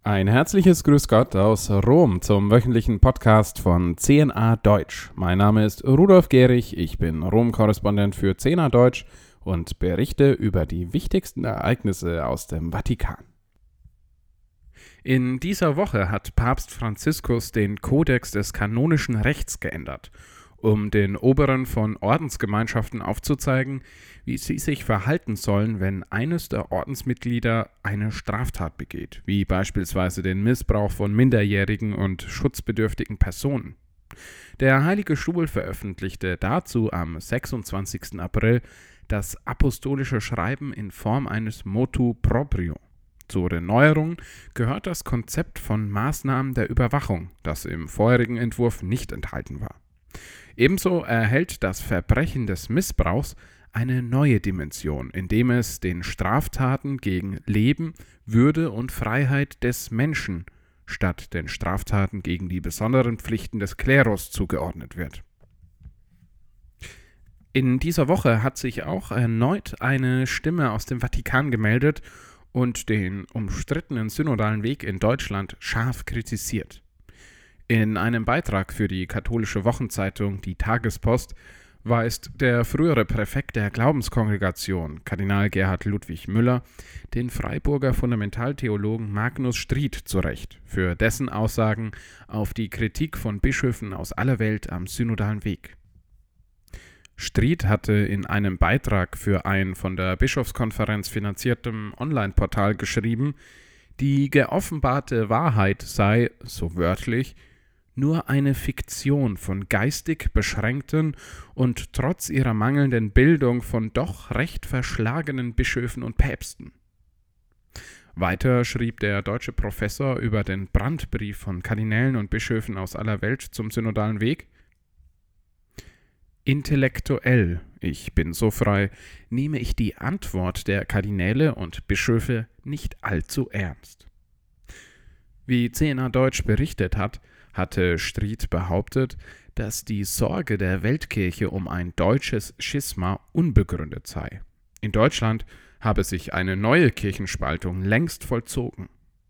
Ein herzliches Grüß Gott aus Rom zum wöchentlichen Podcast von CNA Deutsch. Mein Name ist Rudolf Gehrig, ich bin Rom-Korrespondent für CNA Deutsch und berichte über die wichtigsten Ereignisse aus dem Vatikan. In dieser Woche hat Papst Franziskus den Kodex des kanonischen Rechts geändert, um den Oberen von Ordensgemeinschaften aufzuzeigen, wie sie sich verhalten sollen, wenn eines der Ordensmitglieder eine Straftat begeht, wie beispielsweise den Missbrauch von minderjährigen und schutzbedürftigen Personen. Der Heilige Stuhl veröffentlichte dazu am 26. April das apostolische Schreiben in Form eines Motu proprio. Zur Erneuerung gehört das Konzept von Maßnahmen der Überwachung, das im vorherigen Entwurf nicht enthalten war. Ebenso erhält das Verbrechen des Missbrauchs eine neue Dimension, indem es den Straftaten gegen Leben, Würde und Freiheit des Menschen statt den Straftaten gegen die besonderen Pflichten des Klerus zugeordnet wird. In dieser Woche hat sich auch erneut eine Stimme aus dem Vatikan gemeldet und den umstrittenen synodalen Weg in Deutschland scharf kritisiert. In einem Beitrag für die katholische Wochenzeitung Die Tagespost weist der frühere Präfekt der Glaubenskongregation, Kardinal Gerhard Ludwig Müller, den Freiburger Fundamentaltheologen Magnus Stried zurecht für dessen Aussagen auf die Kritik von Bischöfen aus aller Welt am synodalen Weg. Stried hatte in einem Beitrag für ein von der Bischofskonferenz finanziertem Online-Portal geschrieben, die geoffenbarte Wahrheit sei, so wörtlich, nur eine Fiktion von geistig beschränkten und trotz ihrer mangelnden Bildung von doch recht verschlagenen Bischöfen und Päpsten. Weiter schrieb der deutsche Professor über den Brandbrief von Kardinälen und Bischöfen aus aller Welt zum synodalen Weg: Intellektuell, ich bin so frei, nehme ich die Antwort der Kardinäle und Bischöfe nicht allzu ernst. Wie CNA Deutsch berichtet hat, hatte Stried behauptet, dass die Sorge der Weltkirche um ein deutsches Schisma unbegründet sei. In Deutschland habe sich eine neue Kirchenspaltung längst vollzogen.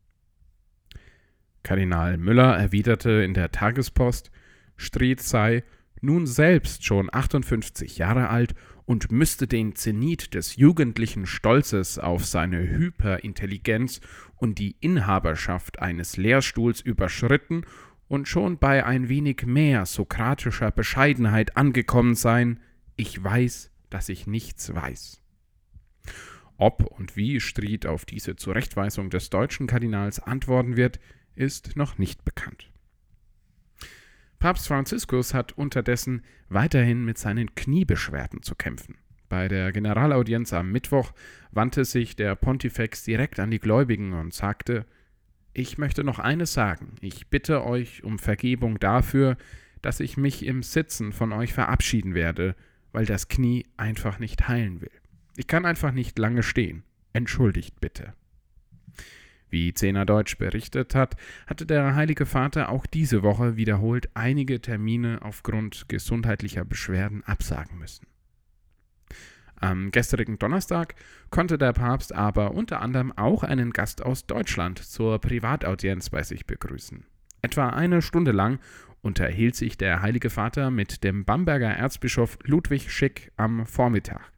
Kardinal Müller erwiderte in der Tagespost, Stried sei nun selbst schon 58 Jahre alt und müsste den Zenit des jugendlichen Stolzes auf seine Hyperintelligenz und die Inhaberschaft eines Lehrstuhls überschritten und schon bei ein wenig mehr sokratischer Bescheidenheit angekommen sein: Ich weiß, dass ich nichts weiß. Ob und wie Stried auf diese Zurechtweisung des deutschen Kardinals antworten wird, ist noch nicht bekannt. Papst Franziskus hat unterdessen weiterhin mit seinen Kniebeschwerden zu kämpfen. Bei der Generalaudienz am Mittwoch wandte sich der Pontifex direkt an die Gläubigen und sagte: Ich möchte noch eines sagen. Ich bitte euch um Vergebung dafür, dass ich mich im Sitzen von euch verabschieden werde, weil das Knie einfach nicht heilen will. Ich kann einfach nicht lange stehen. Entschuldigt bitte. Wie CNA Deutsch berichtet hat, hatte der Heilige Vater auch diese Woche wiederholt einige Termine aufgrund gesundheitlicher Beschwerden absagen müssen. Am gestrigen Donnerstag konnte der Papst aber unter anderem auch einen Gast aus Deutschland zur Privataudienz bei sich begrüßen. Etwa eine Stunde lang unterhielt sich der Heilige Vater mit dem Bamberger Erzbischof Ludwig Schick am Vormittag.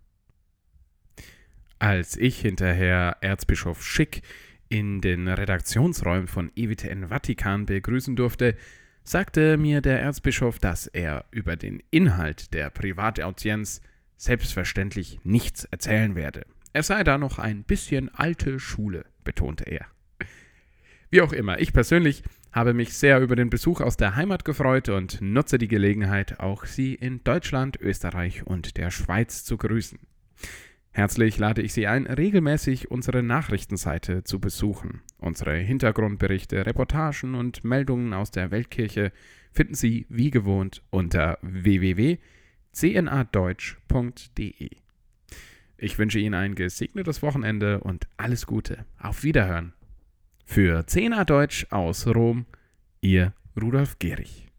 Als ich hinterher Erzbischof Schick in den Redaktionsräumen von EWTN Vatikan begrüßen durfte, sagte mir der Erzbischof, dass er über den Inhalt der Privataudienz selbstverständlich nichts erzählen werde. Er sei da noch ein bisschen alte Schule, betonte er. Wie auch immer, ich persönlich habe mich sehr über den Besuch aus der Heimat gefreut und nutze die Gelegenheit, auch Sie in Deutschland, Österreich und der Schweiz zu grüßen. Herzlich lade ich Sie ein, regelmäßig unsere Nachrichtenseite zu besuchen. Unsere Hintergrundberichte, Reportagen und Meldungen aus der Weltkirche finden Sie wie gewohnt unter www.cnadeutsch.de. Ich wünsche Ihnen ein gesegnetes Wochenende und alles Gute. Auf Wiederhören. Für CNA Deutsch aus Rom, Ihr Rudolf Gehrig.